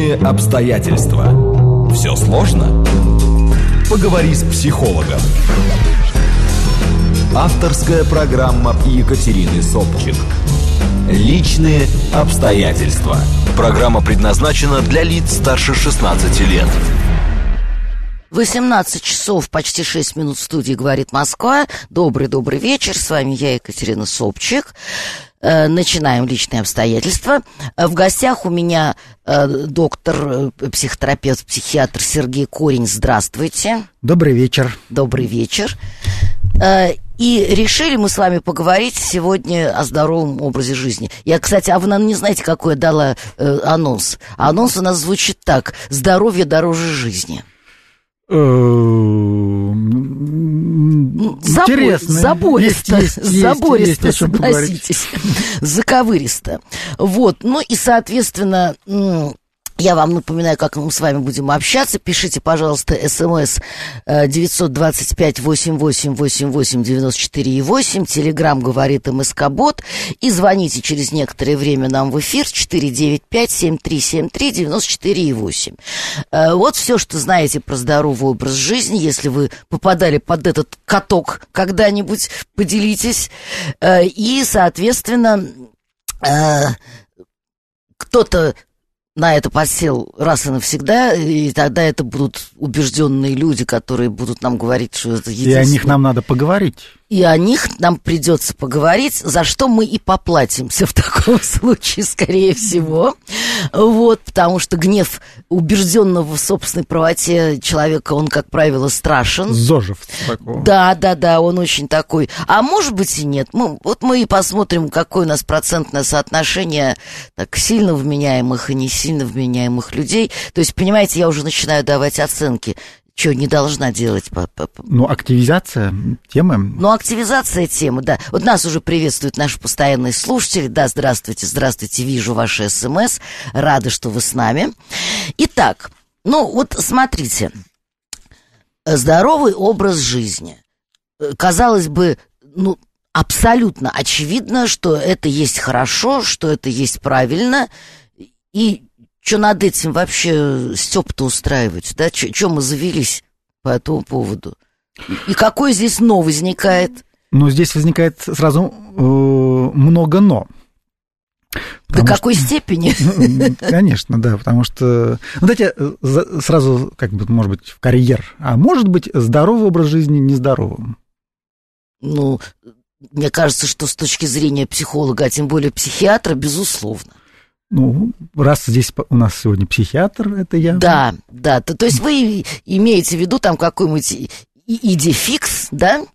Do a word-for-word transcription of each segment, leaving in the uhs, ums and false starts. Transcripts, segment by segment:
Личные обстоятельства. Все сложно? Поговори с психологом. Авторская программа Екатерины Собчик. Личные обстоятельства. Программа предназначена для лиц старше шестнадцати лет. восемнадцать часов, почти шесть минут в студии «Говорит Москва». Добрый-добрый вечер. С вами я, Екатерина Собчик. Э, начинаем личные обстоятельства. В гостях у меня э, доктор, э, психотерапевт, психиатр Сергей Корень. Здравствуйте. Добрый вечер. Добрый вечер. Э, И решили мы с вами поговорить сегодня о здоровом образе жизни. Я, кстати, а вы, наверное, не знаете, какой я дала э, анонс. Анонс у нас звучит так: здоровье дороже жизни. Интересно. Забористо, есть, есть, забористо, есть, согласитесь. Заковыристо. Вот, ну и, соответственно... Я вам напоминаю, как мы с вами будем общаться. Пишите, пожалуйста, смс девятьсот двадцать пять восемьдесят восемь восемьдесят восемь девяносто четыре восемь. Телеграм говорит МСК-бот. И звоните через некоторое время нам в эфир четыре девять пять семь три семь три девяносто четыре восемь. Вот все, что знаете про здоровый образ жизни. Если вы попадали под этот каток когда-нибудь, поделитесь. И, соответственно, кто-то на это подсел раз и навсегда, и тогда это будут убежденные люди, которые будут нам говорить, что это единственное. И о них нам надо поговорить. И о них нам придется поговорить, за что мы и поплатимся в таком случае, скорее всего. Вот, потому что гнев убежденного в собственной правоте человека, он, как правило, страшен. Зожев такого. Да, да, да, он очень такой. А может быть и нет. Мы, вот мы и посмотрим, какое у нас процентное соотношение так сильно вменяемых и не сильно вменяемых людей. То есть, понимаете, я уже начинаю давать оценки. Что не должна делать? Ну, активизация темы. Ну, активизация темы, да. Вот нас уже приветствуют наши постоянные слушатели. Да, здравствуйте, здравствуйте, вижу ваши смс. Рада, что вы с нами. Итак, ну вот смотрите. Здоровый образ жизни. Казалось бы, ну, абсолютно очевидно, что это есть хорошо, что это есть правильно. И что над этим вообще стёб-то устраивать, да? Что мы завелись по этому поводу? И какой здесь «но» возникает? Ну, здесь возникает сразу э, много «но». До что... какой степени? Конечно, да, потому что... Ну, дайте сразу, как бы, может быть, в карьер. А может быть, здоровый образ жизни нездоровым? Ну, мне кажется, что с точки зрения психолога, а тем более психиатра, безусловно. Ну, раз здесь у нас сегодня психиатр, это я. Да, да, то, то есть вы имеете в виду там какой-нибудь идификс, да,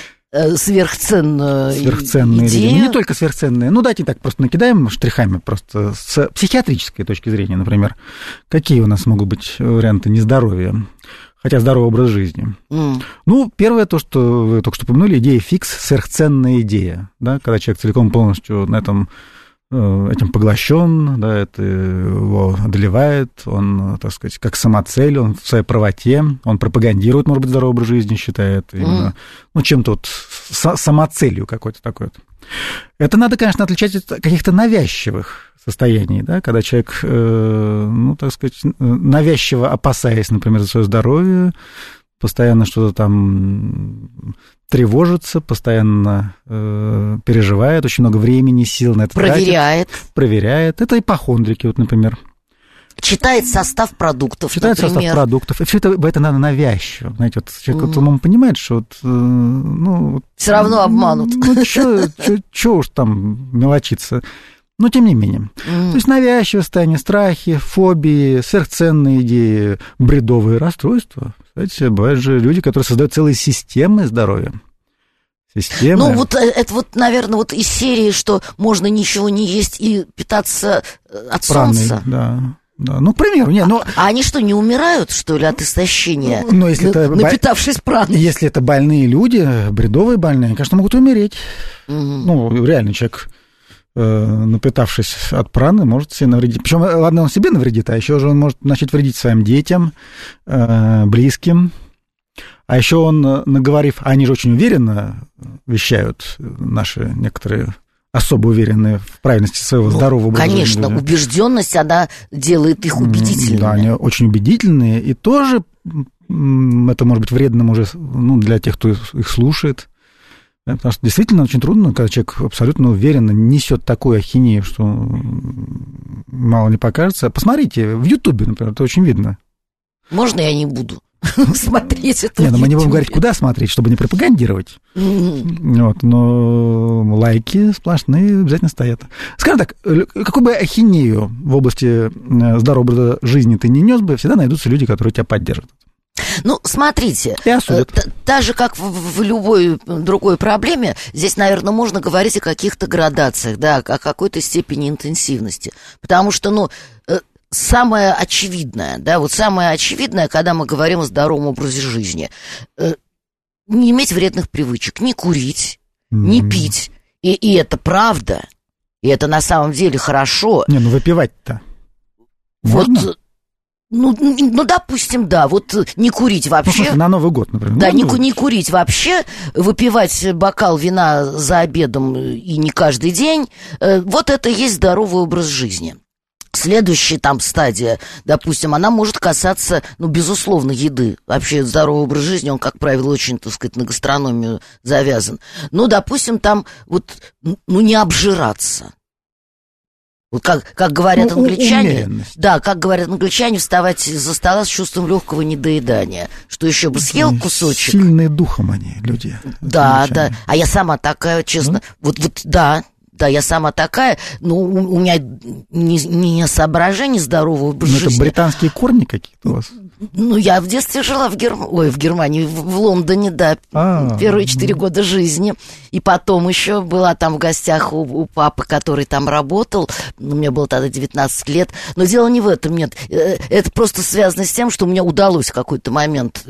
сверхценную Сверхценные идею. Не только сверхценные, ну давайте так просто накидаем штрихами, просто с психиатрической точки зрения, например, какие у нас могут быть варианты нездоровья, хотя здоровый образ жизни. Mm. Ну, первое, то, что вы только что упомянули, идея фикс, сверхценная идея, да, когда человек целиком полностью на этом этим поглощен, да, это его одолевает, он, так сказать, как самоцель, он в своей правоте, он пропагандирует, может быть, здоровый образ жизни, считает именно, mm. ну, чем-то вот самоцелью какой-то такой. Это надо, конечно, отличать от каких-то навязчивых состояний, да, когда человек, ну, так сказать, навязчиво опасаясь, например, за свое здоровье, постоянно что-то там тревожится, постоянно э, переживает, очень много времени, сил на это проверяет. тратит. Проверяет. Это ипохондрики, вот, например. Читает состав продуктов, Читает например. состав продуктов. И все это, это надо навязчиво. Знаете, вот человек mm. вот умом понимает, что вот, э, ну... Все равно обманут. Ну, что уж там мелочиться. Но тем не менее. Mm. То есть навязчивое состояние, страхи, фобии, сверхценные идеи, бредовые расстройства. Кстати, бывают же люди, которые создают целые системы здоровья. Системы. Ну, вот это вот, наверное, вот из серии, что можно ничего не есть и питаться от Праной, солнца. Да. Да, ну, к примеру, нет, но... А они что, не умирают, что ли, от истощения, ну, но если на, это напитавшись праной? Если это больные люди, бредовые больные, конечно, могут умереть. Угу. Ну, реально, человек, э, напитавшись от праны, может себе навредить. Причем, ладно, он себе навредит, а еще же он может начать вредить своим детям, э, близким. А еще он, наговорив, а они же очень уверенно вещают, наши некоторые особо уверены в правильности своего ну, здорового образа жизни. Конечно, убежденность, она делает их убедительными. Да, они очень убедительные, и тоже это может быть вредным уже ну, для тех, кто их слушает. Потому что действительно очень трудно, когда человек абсолютно уверенно несет такую ахинею, что мало не покажется. Посмотрите, в Ютубе, например, это очень видно. Можно я не буду смотреть это? Нет, ну мы не будем говорить, куда смотреть, чтобы не пропагандировать. Mm-hmm. Вот, но лайки сплошные обязательно стоят. Скажем так, какую бы ахинею в области здорового образа жизни ты не нес бы, всегда найдутся люди, которые тебя поддержат. Ну, смотрите, так же, как в, в любой другой проблеме, здесь, наверное, можно говорить о каких-то градациях, да, о какой-то степени интенсивности. Потому что, ну, самое очевидное, да, вот самое очевидное, когда мы говорим о здоровом образе жизни, не иметь вредных привычек, не курить, не mm. пить. И, и это правда, и это на самом деле хорошо. Не, ну выпивать-то вот. Можно? Ну, ну, допустим, да, вот не курить вообще. Ну, на Новый год, например. Да, не, не курить вообще, выпивать бокал вина за обедом и не каждый день, вот это и есть здоровый образ жизни. Следующая там стадия, допустим, она может касаться, ну, безусловно, еды. Вообще здоровый образ жизни, он, как правило, очень, так сказать, на гастрономию завязан. Ну, допустим, там вот, ну, не обжираться. Вот как, как говорят ну, англичане, умеренность. Да, как говорят англичане, вставать из-за стола с чувством легкого недоедания, что еще бы съел кусочек. Сильные духом они, люди. Да, да, а я сама такая, честно, ну? вот, вот, да, да, я сама такая, но у, у меня не, не соображение здорового образа жизни. Это британские корни какие-то у вас? Ну, я в детстве жила в, Герм... Ой, в Германии, в, в Лондоне, да, А-а-а. первые четыре года жизни. И потом еще была там в гостях у, у папы, который там работал. Ну, мне было тогда девятнадцать лет. Но дело не в этом, нет. Это просто связано с тем, что мне удалось в какой-то момент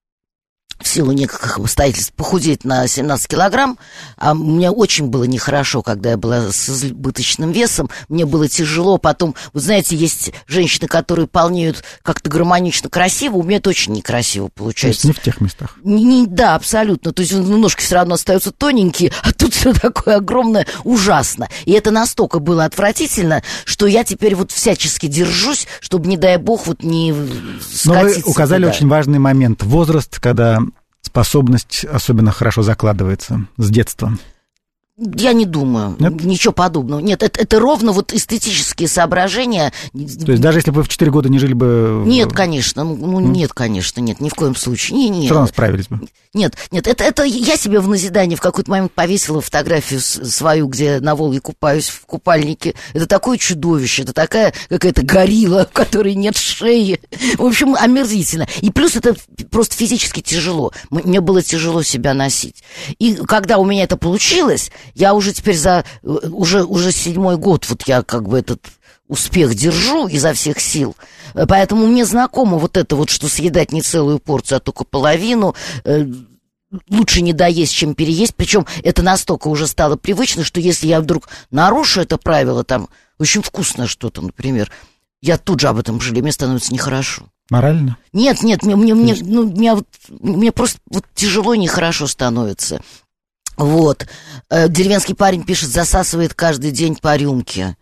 в силу неких обстоятельств похудеть на семнадцать килограмм, а мне очень было нехорошо, когда я была с избыточным весом, мне было тяжело, потом, вы знаете, есть женщины, которые полнеют как-то гармонично, красиво, у меня это очень некрасиво получается. То есть не в тех местах? Не, не, да, абсолютно, то есть ну, ножки все равно остаются тоненькие, а тут все такое огромное, ужасно, и это настолько было отвратительно, что я теперь вот всячески держусь, чтобы, не дай бог, вот не скатиться. Но вы указали туда. Очень важный момент, возраст, когда способность особенно хорошо закладывается с детства. Я не думаю. Нет? Ничего подобного. Нет, это, это ровно вот эстетические соображения. То есть даже если бы вы в четыре года не жили бы... Нет, конечно. Ну, нет, конечно, нет, ни в коем случае. Не, не. Все равно справились бы. Нет, нет, это, это я себе в назидание в какой-то момент повесила фотографию свою, где на Волге купаюсь в купальнике. Это такое чудовище, это такая какая-то горилла, у которой нет шеи. В общем, омерзительно. И плюс это просто физически тяжело. Мне было тяжело себя носить. И когда у меня это получилось, я уже теперь за... Уже, уже седьмой год вот я как бы этот... успех держу изо всех сил, поэтому мне знакомо вот это вот, что съедать не целую порцию, а только половину, лучше не доесть, чем переесть, причем это настолько уже стало привычно, что если я вдруг нарушу это правило, там, очень вкусное что-то, например, я тут же об этом жалею, мне становится нехорошо. Морально? Нет, нет, мне, мне, мне, ну, мне, вот, мне просто вот тяжело и нехорошо становится. Вот. Деревенский парень пишет, засасывает каждый день по рюмке.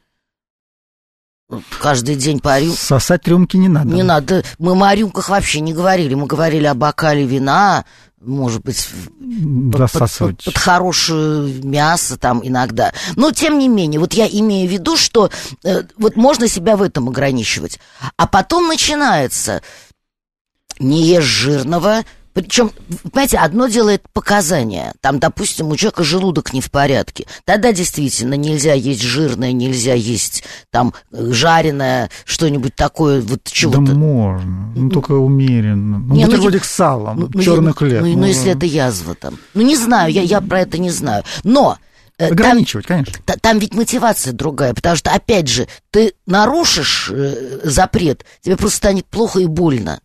Каждый день по рюмке. Сосать рюмки не надо. Не надо. Мы о рюмках вообще не говорили. Мы говорили о бокале вина, может быть, засасывать. Под, под, под хорошее мясо там иногда. Но, тем не менее, вот я имею в виду, что э, вот можно себя в этом ограничивать. А потом начинается не ешь жирного. Причем, понимаете, одно дело это показания. Там, допустим, у человека желудок не в порядке. Тогда действительно нельзя есть жирное, нельзя есть там жареное, что-нибудь такое, вот чего-то. Да можно, ну только умеренно. Ну, не, бутербродик ну, с салом, ну, черный хлеб. Ну, ну, ну, если это язва там. Ну, не знаю, я, я про это не знаю. Но... Ограничивать, там, конечно. Там ведь мотивация другая, потому что, опять же, ты нарушишь э, запрет, тебе просто станет плохо и больно.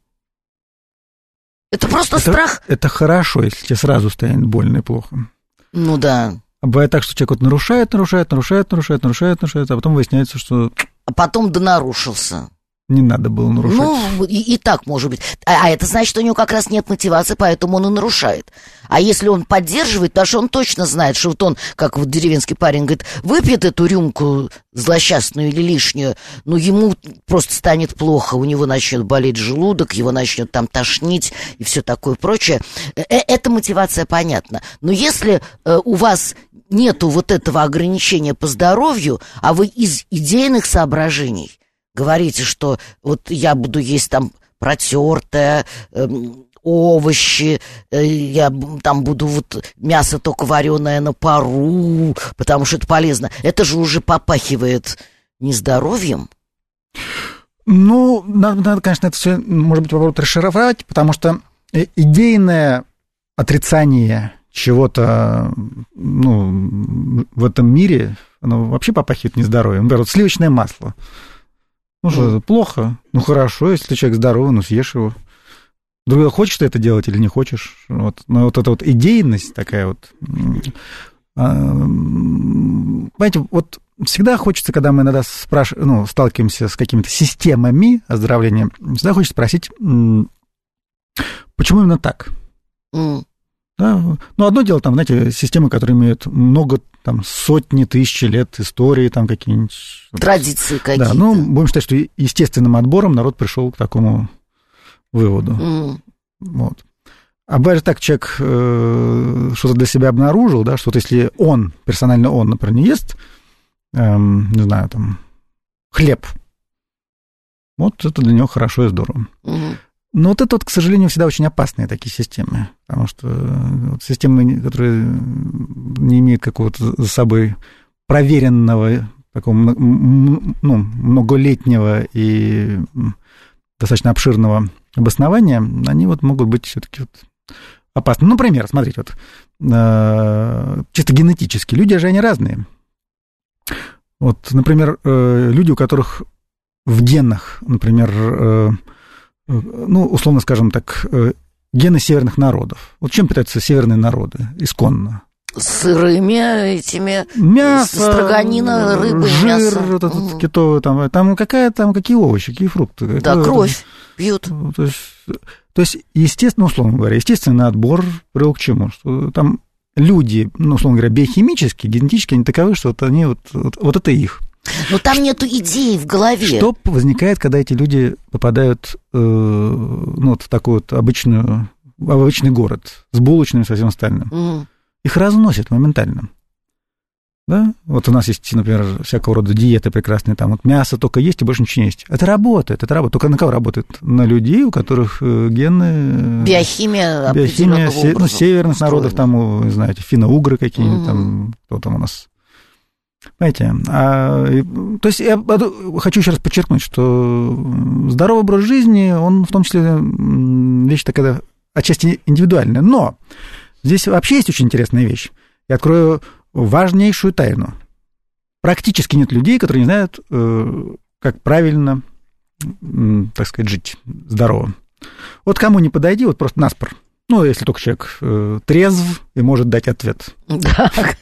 Это просто это, страх. Это хорошо, если тебе сразу станет больно и плохо. Ну да. А бывает так, что человек вот нарушает, нарушает, нарушает, нарушает, нарушает, нарушает, а потом выясняется, что... А потом да нарушился. Не надо было нарушать. Ну, и, и так может быть. А, а это значит, что у него как раз нет мотивации, поэтому он и нарушает. А если он поддерживает, потому что он точно знает, что вот он, как вот деревенский парень говорит, выпьет эту рюмку злосчастную или лишнюю, ну, ему просто станет плохо, у него начнет болеть желудок, его начнет там тошнить и все такое прочее. Э- эта мотивация понятна. Но если э, у вас нету вот этого ограничения по здоровью, а вы из идейных соображений говорите, что вот я буду есть там протертое, э, овощи, э, я там буду вот мясо только вареное на пару, потому что это полезно. Это же уже попахивает нездоровьем. Ну, надо, надо, конечно, это все, может быть, попробовать расшифровать, потому что идейное отрицание чего-то, ну, в этом мире, оно вообще попахивает нездоровьем. Например, вот сливочное масло. Ну что, это плохо? Ну хорошо, если ты человек здоровый, ну съешь его. Другое, хочешь ты это делать или не хочешь? Вот. Но вот эта вот идейность такая вот... Понимаете, вот всегда хочется, когда мы иногда спраш... ну, сталкиваемся с какими-то системами оздоровления, всегда хочется спросить, почему именно так? Mm. Да? Ну, одно дело, там, знаете, системы, которые имеют много, там, сотни, тысячи лет истории, там, какие-нибудь... Традиции какие-то. Да, ну, будем считать, что естественным отбором народ пришел к такому выводу. Mm. Вот. А бывает же так, человек э, что-то для себя обнаружил, да, что-то, если он, персонально он, например, не ест, э, не знаю, там, хлеб, вот это для него хорошо и здорово. Mm. Но вот это, вот, к сожалению, всегда очень опасные такие системы, потому что вот системы, которые не имеют какого-то за собой проверенного, такого, ну, многолетнего и достаточно обширного обоснования, они вот могут быть все-таки вот опасны. Ну, например, смотрите, вот чисто генетически люди же они разные. Вот, например, люди, у которых в генах, например, ну, условно скажем так, гены северных народов. Вот чем питаются северные народы исконно? Сырыми этими... Мясо, строганина, рыбы, жир, мясо. Вот этот угу. китовый, там, там, какая, там какие овощи, какие фрукты. Да, это, кровь это, пьют. То есть, то есть, естественно, условно говоря, естественный отбор привел к чему? Что там люди, ну, условно говоря, биохимически, генетически, они таковы, что вот они, вот, вот, вот это их. Но там нету идей в голове. Что возникает, когда эти люди попадают э, ну, вот в такой вот обычную, в обычный город с булочными и со всем остальным? Mm. Их разносят моментально. Да? Вот у нас есть, например, всякого рода диеты прекрасные, там вот мясо только есть и больше ничего не есть. Это работает, это работает. Только на кого работает? На людей, у которых гены... Биохимия, биохимия се, ну, северных устроена. Народов, там, не знаете, финно-угры какие-нибудь, mm. там, кто там у нас... Понимаете, а, то есть я хочу еще раз подчеркнуть, что здоровый образ жизни, он в том числе вещь такая отчасти индивидуальная, но здесь вообще есть очень интересная вещь. Я открою важнейшую тайну. Практически нет людей, которые не знают, как правильно, так сказать, жить здорово. Вот кому не подойди, вот просто наспор. Ну, если только человек трезв и может дать ответ. Так.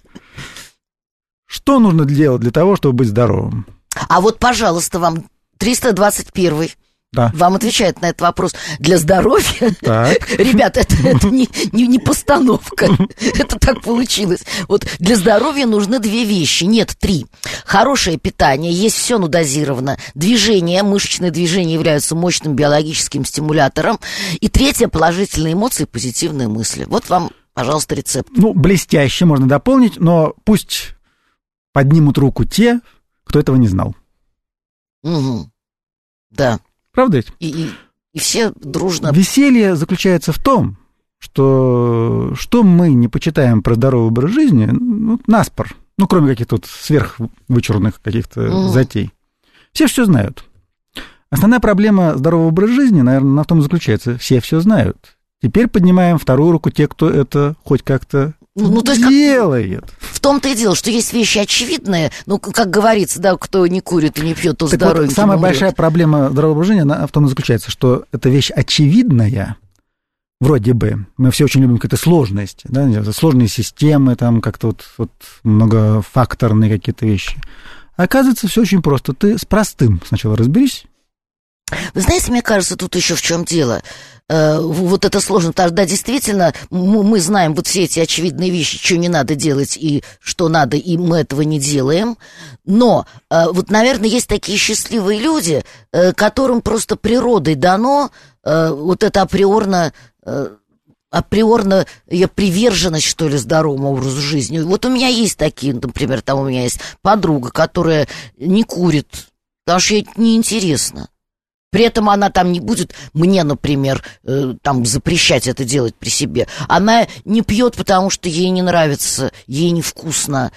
Что нужно делать для того, чтобы быть здоровым? А вот, пожалуйста, вам триста двадцать первый да. вам отвечает на этот вопрос. Для здоровья, ребят, это, это не, не, не постановка, это так получилось. Вот для здоровья нужны две вещи, нет, три. Хорошее питание, есть все, но дозировано. Движение, мышечные движения являются мощным биологическим стимулятором. И третье, положительные эмоции, позитивные мысли. Вот вам, пожалуйста, рецепт. Ну, блестяще, можно дополнить, но пусть... поднимут руку те, кто этого не знал. Угу. Да. Правда ведь? И, и, и все дружно... Веселье заключается в том, что что мы не почитаем про здоровый образ жизни, ну, наспор, ну, кроме каких-то вот сверхвычурных каких-то угу. затей. Все все знают. Основная проблема здорового образа жизни, наверное, в том и заключается. Все все знают. Теперь поднимаем вторую руку те, кто это хоть как-то ну, то есть делает. Как... В том-то и дело, что есть вещи очевидные, ну, как говорится, да, кто не курит и не пьет, то здоровенький вот, самая умрет. Большая проблема здорового образа жизни, она в том и заключается, что эта вещь очевидная, вроде бы, мы все очень любим какие-то сложности, да, сложные системы, там как-то вот, вот многофакторные какие-то вещи. А оказывается, все очень просто. Ты с простым сначала разберись, Вы знаете, мне кажется, тут еще в чем дело. Э, вот это сложно, потому что, да, действительно, мы, мы знаем вот все эти очевидные вещи, что не надо делать и что надо, и мы этого не делаем. Но э, вот, наверное, есть такие счастливые люди, э, которым просто природой дано э, вот это априорно... Э, априорно я приверженность, что ли, здоровому образу жизни. Вот у меня есть такие, например, там у меня есть подруга, которая не курит, потому что ей неинтересно. При этом она там не будет мне, например, э, там запрещать это делать при себе. Она не пьет, потому что ей не нравится, ей невкусно.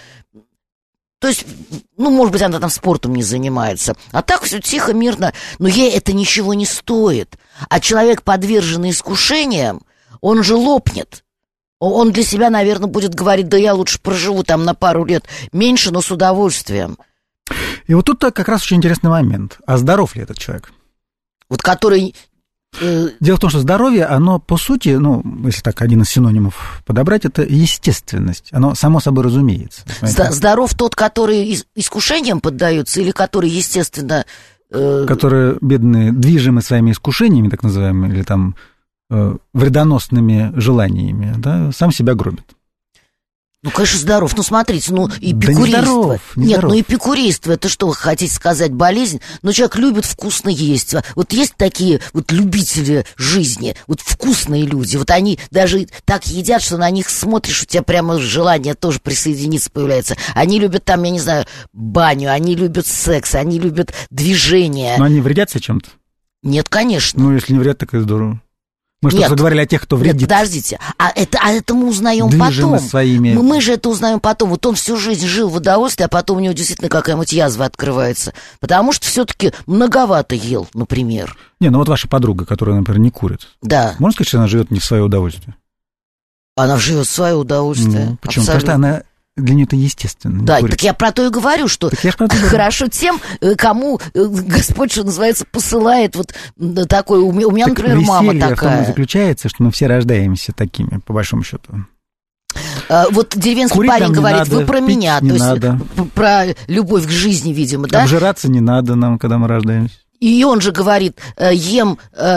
То есть, ну, может быть, она там спортом не занимается. А так все тихо, мирно. Но ей это ничего не стоит. А человек, подверженный искушениям, он же лопнет. Он для себя, наверное, будет говорить: да я лучше проживу там на пару лет меньше, но с удовольствием. И вот тут как раз очень интересный момент. А здоров ли этот человек? Вот который... Э... Дело в том, что здоровье, оно, по сути, ну, если так один из синонимов подобрать, это естественность. Оно само собой разумеется. З- здоров тот, который искушениям поддается, или который, естественно... Э... Которые, бедные, движимы своими искушениями, так называемыми, или там... вредоносными желаниями, да, сам себя гробит. Ну, конечно, здоров. Ну, смотрите, ну, эпикурейство. Да не здоров, не Нет, здоров. Ну, эпикурейство, это что вы хотите сказать, болезнь? Ну, человек любит вкусно есть. Вот есть такие вот любители жизни, вот вкусные люди. Вот они даже так едят, что на них смотришь, у тебя прямо желание тоже присоединиться появляется. Они любят там, я не знаю, баню, они любят секс, они любят движение. Но они вредятся чем-то? Нет, конечно. Ну, если не вредят, так и здорово. Мы что что-то говорили о тех, кто вредит. Нет, подождите, а это, а это мы узнаем Движимы потом. Своими... Мы, мы же это узнаем потом. Вот он всю жизнь жил в удовольствии, а потом у него действительно какая-нибудь язва открывается. Потому что все-таки многовато ел, например. Не, ну вот ваша подруга, которая, например, не курит. Да. Можно сказать, что она живет не в свое удовольствие? Она живет в свое удовольствие. Ну, почему? Абсолютно. Потому что она... Для нее это естественно. Да, так я про то и говорю, что хорошо тем, кому Господь, что называется, посылает вот такой. У меня, у меня так например, мама такая. В том и заключается, что мы все рождаемся такими, по большому счету. А, вот деревенский Курить парень говорит: надо, вы про меня, то есть надо. Про любовь к жизни, видимо, да? Обжираться не надо нам, когда мы рождаемся. И он же говорит: ем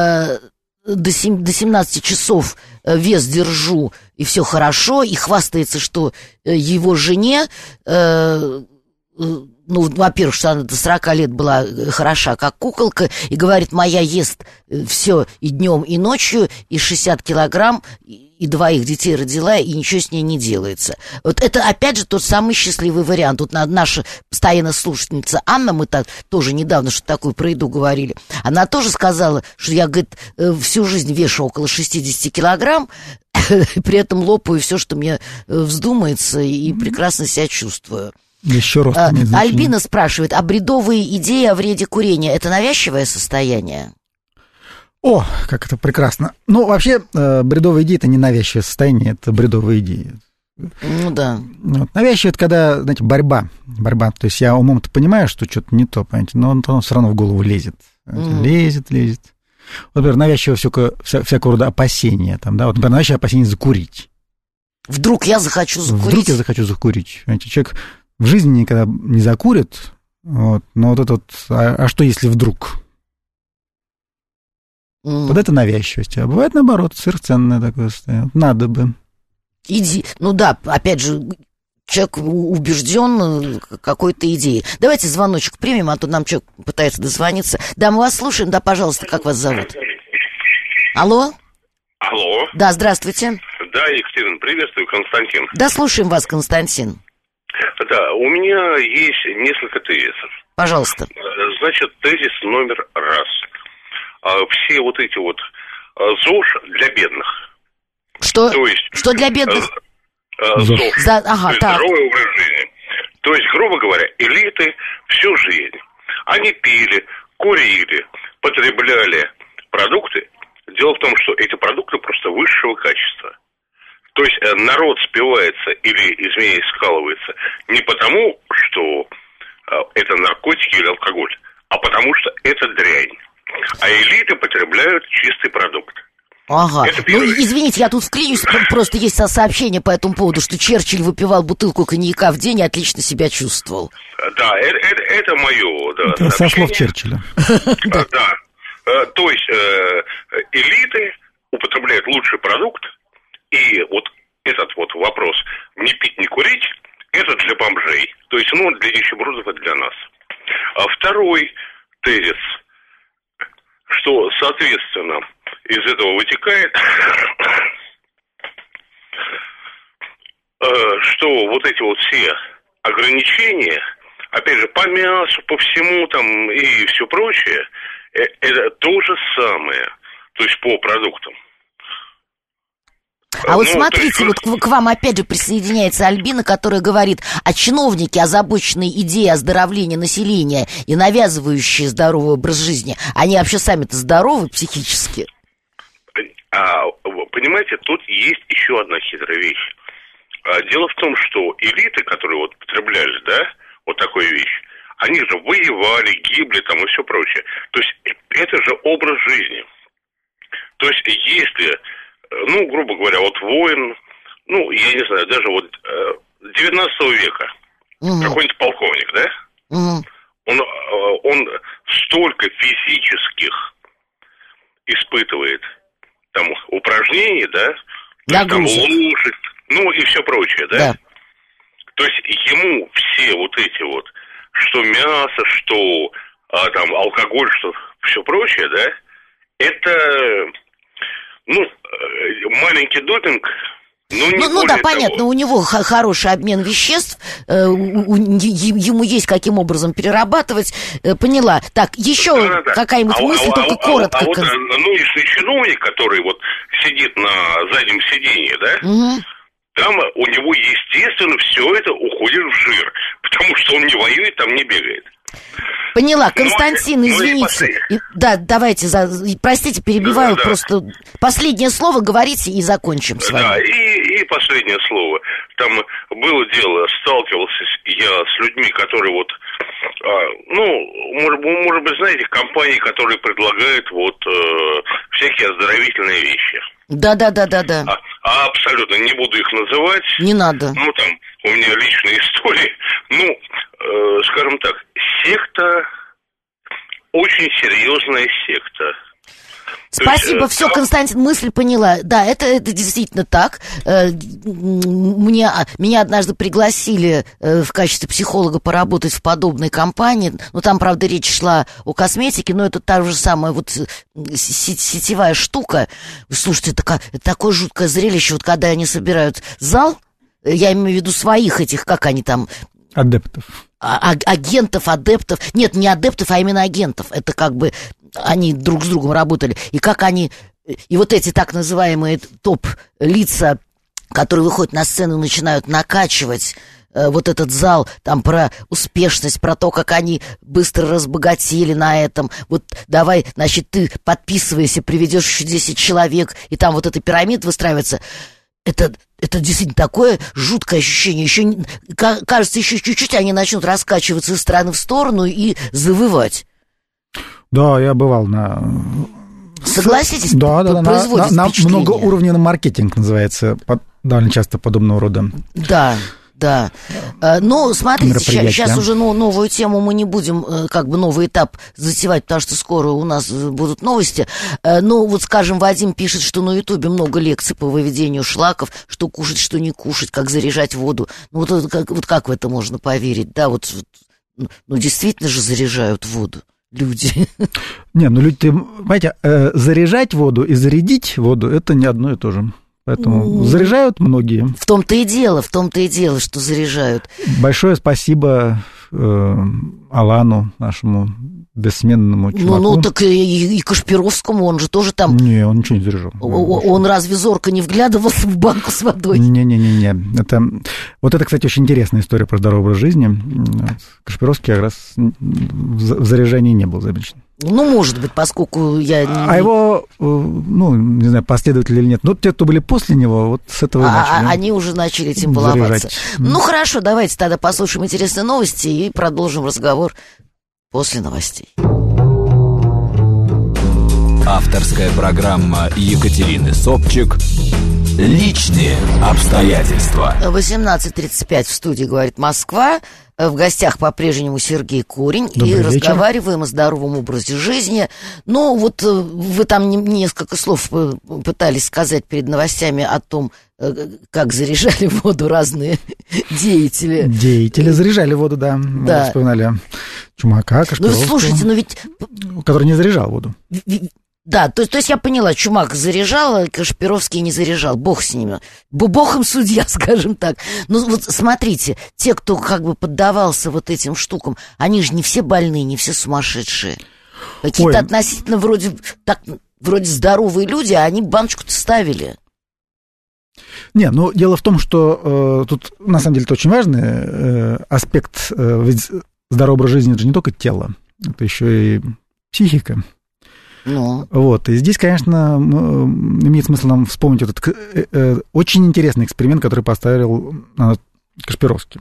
до семнадцати часов вес держу, и все хорошо, и хвастается, что его жене, э, ну, во-первых, что она до сорока лет была хороша, как куколка, и говорит: моя ест все и днем, и ночью, и шестьдесят килограмм, и двоих детей родила, и ничего с ней не делается. Вот это, опять же, тот самый счастливый вариант. Вот наша постоянная слушательница Анна, мы так тоже недавно что такое про еду говорили, она тоже сказала, что я, говорит, всю жизнь вешу около шестьдесят килограмм, при этом лопаю все, что мне вздумается, и прекрасно себя чувствую. Еще раз. А, Альбина спрашивает: а бредовые идеи о вреде курения — это навязчивое состояние? О, как это прекрасно. Ну, вообще, бредовые идеи — это не навязчивое состояние, это бредовые идеи. Ну да. Вот. Навязчивое — это когда, знаете, борьба. Борьба. То есть я умом-то понимаю, что что-то не то, понимаете, но он, он все равно в голову лезет. Mm. Лезет, лезет. Вот, например, навязчивое всякое, вся, всякого рода опасения. Там, да? Вот, например, навязчивое опасение закурить. Вдруг я захочу закурить. Вдруг я захочу закурить. Понимаете, человек в жизни никогда не закурит, вот, но вот это вот, а, а что если вдруг? Mm. Вот это навязчивость. А бывает наоборот, сверхценное такое состояние. Надо бы. Иди. Ну да, опять же, человек убежден какой-то идеей. Давайте звоночек примем, а то нам человек пытается дозвониться. Да, мы вас слушаем. Да, пожалуйста, как вас зовут? Алло? Алло. Да, здравствуйте. Да, Екатерина, приветствую, Константин. Да, слушаем вас, Константин. Да, у меня есть несколько тезисов. Пожалуйста. Значит, тезис номер раз. Все вот эти вот ЗОЖ для бедных. Что? То есть, что для бедных? ЗОЖ. За, ага, то есть так. Здоровый образ жизни. То есть, грубо говоря, элиты всю жизнь. Они пили, курили, потребляли продукты. Дело в том, что эти продукты просто высшего качества. То есть народ спивается или, извиняюсь, скалывается не потому, что это наркотики или алкоголь, а потому что это дрянь. А элиты потребляют чистый продукт. Ага. Ну, извините, я тут вклинюсь, просто есть сообщение по этому поводу, что Черчилль выпивал бутылку коньяка в день и отлично себя чувствовал. Да, это, это, это мое, да. Это со слов Черчилля. Да. то есть э, элиты употребляют лучший продукт, и вот этот вот вопрос не пить, не курить, это для бомжей. То есть, ну, для нищебродов и для нас. А второй тезис, что, соответственно, из этого вытекает, что вот эти вот все ограничения, опять же, по мясу, по всему там и все прочее, это то же самое, то есть по продуктам. А ну, вот смотрите, есть... вот к, к вам опять же присоединяется Альбина, которая говорит, а чиновники, озабоченные идеей оздоровления населения и навязывающие здоровый образ жизни, они вообще сами-то здоровы психически? А, понимаете, тут есть еще одна хитрая вещь. Дело в том, что элиты, которые вот потребляли, да, вот такую вещь, они же воевали, гибли там и все прочее. То есть это же образ жизни. То есть если, ну, грубо говоря, вот воин, ну, я не знаю, даже вот девятнадцатого века, угу. какой-нибудь полковник, да, угу. он, он столько физических испытывает там упражнений, да, то там лошадь, ну и все прочее, да? да. То есть ему все вот эти вот, что мясо, что а, там алкоголь, что все прочее, да, это, ну, маленький допинг. Ну, ну, ну да, понятно, того. У него х- хороший обмен веществ, э, у, у, ему есть каким образом перерабатывать, э, поняла. Так, еще да, да, какая-нибудь а, мысль, а, только а, коротко. А, а вот нынешний чиновник, который вот сидит на заднем сиденье, да, угу. там у него, естественно, все это уходит в жир, потому что он не воюет, там не бегает. Поняла, Константин, ну, извините. Ну, да, давайте, за, простите, перебиваю, да, да. просто последнее слово говорите и закончим с вами. Да, и, и последнее слово. Там было дело, сталкивался я с людьми, которые вот, а, ну, может, может быть, знаете, компании, которые предлагают вот э, всякие оздоровительные вещи. Да-да-да-да-да. А, а абсолютно не буду их называть. Не надо. Ну, там, у меня личные истории. Ну, э, скажем так, секта, очень серьезная секта. Спасибо, есть, все, да. Константин, мысль поняла. Да, это, это действительно так. Мне, меня однажды пригласили в качестве психолога поработать в подобной компании. Ну, там, правда, речь шла о косметике, но это та же самая вот сетевая штука. Слушайте, это, это такое жуткое зрелище, вот когда они собирают зал, я имею в виду своих этих, как они там... Адептов. А, агентов, адептов. Нет, не адептов, а именно агентов. Это как бы они друг с другом работали. И как они... И вот эти так называемые топ-лица, которые выходят на сцену и начинают накачивать э, вот этот зал, там про успешность, про то, как они быстро разбогатели на этом. Вот давай, значит, ты подписывайся, приведешь еще десять человек, и там вот эта пирамида выстраивается. Это, это действительно такое жуткое ощущение. Еще, кажется, еще чуть-чуть они начнут раскачиваться из стороны в сторону и завывать. Да, я бывал на... Согласитесь? Да, да, да. На, на многоуровневый маркетинг называется довольно часто подобного рода. Да. Да, ну, смотрите, сейчас уже ну, новую тему мы не будем, как бы новый этап затевать, потому что скоро у нас будут новости. Ну, вот, скажем, Вадим пишет, что на Ютубе много лекций по выведению шлаков, что кушать, что не кушать, как заряжать воду. Ну, вот, вот, как, вот как в это можно поверить, да, вот, ну, действительно же заряжают воду люди. Не, ну, люди, понимаете, заряжать воду и зарядить воду, это не одно и то же. Поэтому заряжают многие. В том-то и дело, в том-то и дело, что заряжают. Большое спасибо э, Алану, нашему бессменному чуваку. Ну, ну так и, и Кашпировскому, он же тоже там... Не, он ничего не заряжал. Он, он разве зорко не вглядывался в банку с водой? Не-не-не. Это... Вот это, кстати, очень интересная история про здоровый образ жизни. Кашпировский как раз в заряжании не был замечен. Ну, может быть, поскольку я... А его, ну, не знаю, последователи или нет, но те, кто были после него, вот с этого и начали. А они уже начали этим баловаться. Ну, хорошо, давайте тогда послушаем интересные новости и продолжим разговор после новостей. Авторская программа Екатерины Собчик Личные обстоятельства. восемнадцать тридцать пять в студии «Говорит Москва». В гостях по-прежнему Сергей Корень. Добрый и вечер. Разговариваем о здоровом образе жизни. Ну, вот вы там несколько слов пытались сказать перед новостями о том, как заряжали воду разные деятели. Деятели заряжали воду, да. Да. Мы вспоминали Чумака, Кашпировского. Ну, слушайте, ну ведь... Который не заряжал воду. Да, то, то есть я поняла, Чумак заряжал, а Кашпировский не заряжал. Бог с ними. Бог им судья, скажем так. Ну вот смотрите, те, кто как бы поддавался вот этим штукам, они же не все больные, не все сумасшедшие. Какие-то Ой. относительно вроде, так, вроде здоровые люди, а они баночку-то ставили. Не, ну дело в том, что э, тут на самом деле это очень важный э, аспект. Э, ведь здоровый образ жизни — это же не только тело, это еще и психика. Ну. Вот, и здесь, конечно, имеет смысл нам вспомнить этот э, э, очень интересный эксперимент, который поставил э, Кашпировский.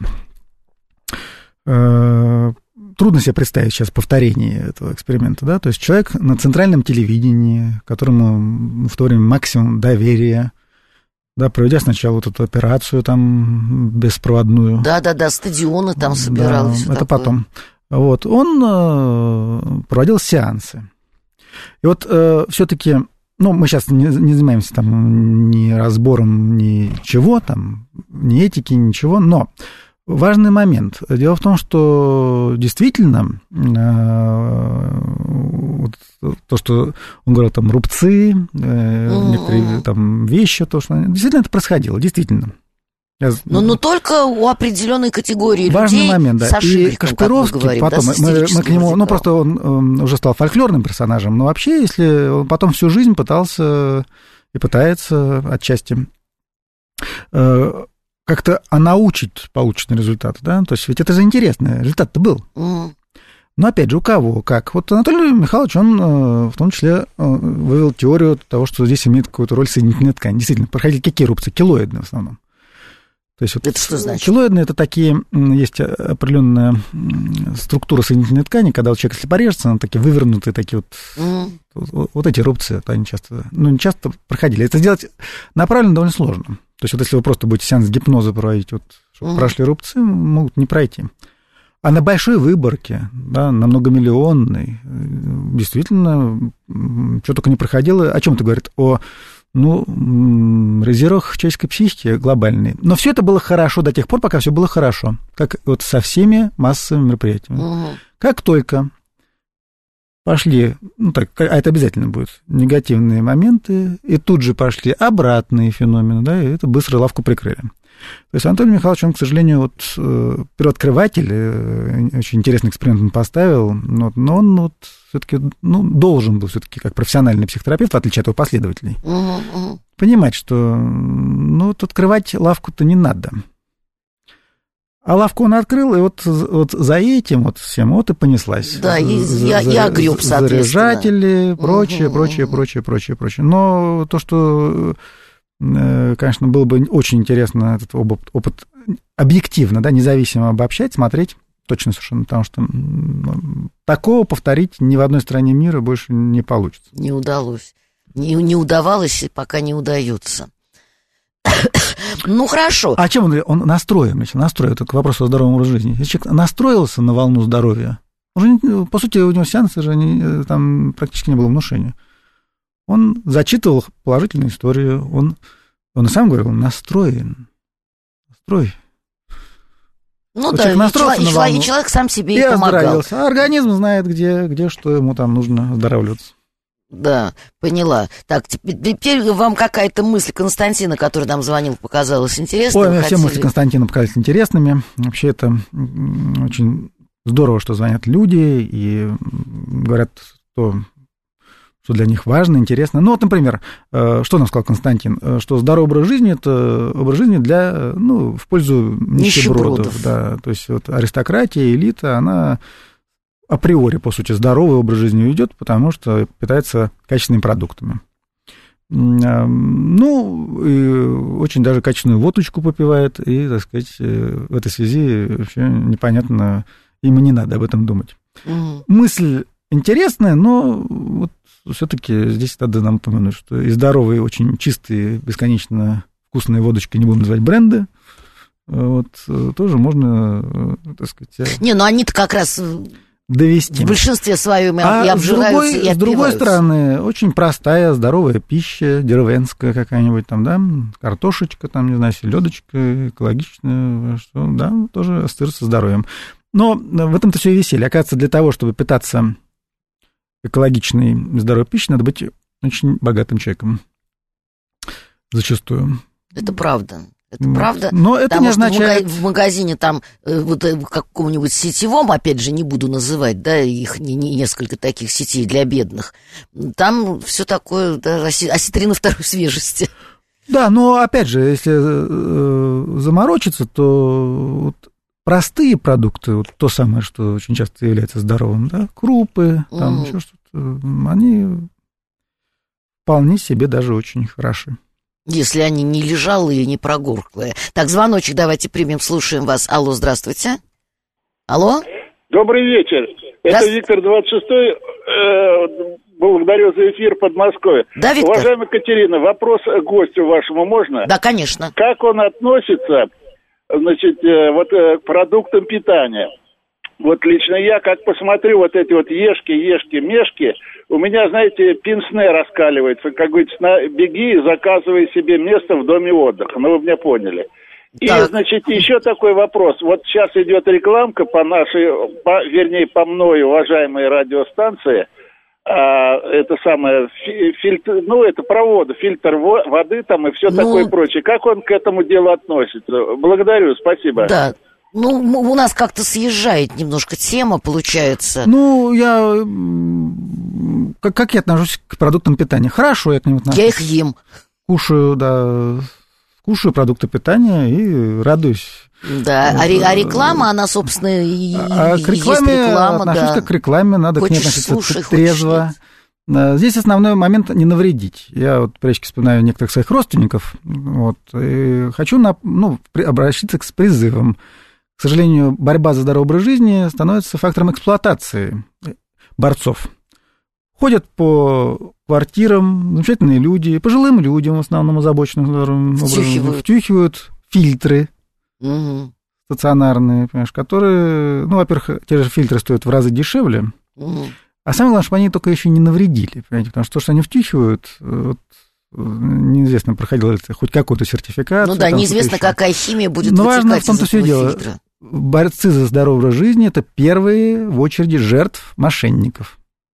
Э, трудно себе представить сейчас повторение этого эксперимента, да, то есть человек на центральном телевидении, которому в то время максимум доверия, да, проведя сначала вот эту операцию там беспроводную. Да-да-да, стадионы там собирал. Да, это такое. потом. Вот, он э, проводил сеансы. И вот э, все-таки, ну, мы сейчас не, не занимаемся там ни разбором ничего, там, ни этики, ничего, но важный момент. Дело в том, что действительно э, вот, то, что он говорил, там, рубцы, э, mm-hmm. некоторые там вещи, то, что действительно это происходило, действительно. Я... Но, но только у определенной категории важный людей. момент, да. Со Шигликом, и Кашпировский, говорим, потом да, мы, мы к нему, ну просто он, он уже стал фольклорным персонажем, но вообще, если он потом всю жизнь пытался и пытается отчасти э, как-то онаучить полученный результат, да, то есть ведь это же интересно, результат-то был. Mm. Но опять же, у кого, как? Вот Анатолий Михайлович, он в том числе вывел теорию того, что здесь имеет какую-то роль соединительная ткань. Действительно, проходили какие рубцы? Килоидные в основном. То есть вот это что значит? Килоидные — это такие, есть определенная структура соединительной ткани, когда вот человек, если порежется, она такие вывернутые, такие вот, mm. вот, вот эти рубцы, вот они часто, ну, не часто проходили. Это сделать направленно довольно сложно. То есть вот если вы просто будете сеанс гипноза проводить, вот, чтобы mm. прошли рубцы, могут не пройти. А на большой выборке, да, на многомиллионной, действительно, что только не проходило. О чем это говорит? О, ну, резервах человеческой психики глобальной. Но все это было хорошо до тех пор, пока все было хорошо, как вот со всеми массовыми мероприятиями. Угу. Как только пошли, ну так, а это обязательно будет, негативные моменты, и тут же пошли обратные феномены, да, и это быстро лавку прикрыли. То есть Анатолий Михайлович, он, к сожалению, вот, первооткрыватель, очень интересный эксперимент он поставил, вот, но он вот, все-таки ну, должен был все-таки как профессиональный психотерапевт, в отличие от его последователей, uh-huh, uh-huh. понимать, что ну, вот открывать лавку-то не надо. А лавку он открыл, и вот, вот за этим вот всем вот и понеслась. Да, и за, я, я греб, соответственно. Заряжатели, прочее, uh-huh, прочее, uh-huh. прочее, прочее, прочее. Но то, что... Конечно, было бы очень интересно этот опыт, опыт объективно, да, независимо обобщать, смотреть, точно совершенно, потому что такого повторить ни в одной стране мира больше не получится. Не удалось. Не, не удавалось, пока не удается. Ну, хорошо. А чем он, он настроен, значит, настроен, это к вопросу о здоровом образе жизни. Если человек настроился на волну здоровья, уже, по сути, у него сеансы же не, там практически не было внушения. Он зачитывал положительную историю, он, он и сам говорил, он настроен. Настрой. Ну вот да, и человек, и, волну, и человек сам себе и, и помогал. оздоровился. А организм знает, где, где, что ему там нужно оздоравливаться. Да, поняла. Так, теперь, теперь вам какая-то мысль Константина, который нам звонил, показалась интересной. Ой, мне хотели... все мысли Константина показались интересными. Вообще это очень здорово, что звонят люди и говорят, что... что для них важно, интересно. Ну, вот, например, что нам сказал Константин, что здоровый образ жизни – это образ жизни для, ну, в пользу нищебродов. нищебродов. Да. То есть вот аристократия, элита, она априори, по сути, здоровый образ жизни ведет, потому что питается качественными продуктами. Ну, и очень даже качественную водочку попивает, и, так сказать, в этой связи вообще непонятно, им и не надо об этом думать. Mm. Мысль интересное, но вот все-таки здесь надо нам упомянуть, что и здоровые, очень чистые, бесконечно вкусные водочки, не будем называть бренды, вот, тоже можно, так сказать... Не, ну они-то как раз... довести. В большинстве своем а и обжираются, с другой, и с другой стороны, очень простая, здоровая пища, деревенская какая-нибудь там, да, картошечка, там, не знаю, селедочка, экологичная, что, да, тоже ассоциируется со здоровьем. Но в этом-то все и веселье. Оказывается, для того, чтобы питаться экологичной, здоровой пищей, надо быть очень богатым человеком. Зачастую. Это правда. Это правда, но это потому не что означает... в магазине там, вот в каком-нибудь сетевом, опять же, не буду называть, да, их не, не, несколько таких сетей для бедных, там все такое, да, осетрины второй свежести. Да, но опять же, если э, заморочиться, то вот простые продукты, вот то самое, что очень часто является здоровым, да, крупы, там mm. еще что-то, они вполне себе даже очень хороши. Если они не лежалые, не прогорклые. Так, звоночек давайте примем, слушаем вас. Алло, здравствуйте. Алло? Добрый вечер. Это Виктор двадцать шестой. Э, благодарю за эфир Подмосковье. Да, Виктор? Уважаемая Катерина, вопрос гостю вашему можно? Да, конечно. Как он относится, значит, э, вот э, к продуктам питания? Вот лично я, как посмотрю вот эти вот ешки, ешки, мешки, у меня, знаете, пенсне раскаливается. Как говорится, на, беги и заказывай себе место в доме отдыха. Ну, вы меня поняли. И, так. значит, еще такой вопрос. Вот сейчас идет рекламка по нашей, по, вернее, по мной, уважаемой радиостанции. А, это самое, фильтр, ну, это проводы, фильтр воды там и все ну, такое прочее. Как он к этому делу относится? Благодарю, спасибо. Да. Ну, у нас как-то съезжает немножко тема, получается. Ну, я... Как, как я отношусь к продуктам питания? Хорошо я к ним отношусь. Я их ем. Кушаю, да, кушаю продукты питания и радуюсь. Да, а, а реклама, она, собственно, и, а и к рекламе, есть реклама, отношусь да. как к рекламе, надо хочешь, к ней относиться слушай, трезво. Здесь основной момент не навредить. Я вот прежде вспоминаю некоторых своих родственников, вот, и хочу на, ну, обращаться с призывом. К сожалению, борьба за здоровый образ жизни становится фактором эксплуатации борцов. Ходят по квартирам замечательные люди, пожилым людям в основном озабоченным здоровым образом, втюхивают фильтры угу. стационарные, понимаешь, которые, ну, во-первых, те же фильтры стоят в разы дешевле, угу. а самое главное, чтобы они только еще не навредили, понимаете, потому что то, что они втюхивают, вот, неизвестно, проходил ли это хоть какую-то сертификацию. Ну да, неизвестно, какая химия будет Но вытекать важно в том-то из все этого дело. фильтра. Борцы за здоровый образ жизни – это первые в очереди жертв мошенников.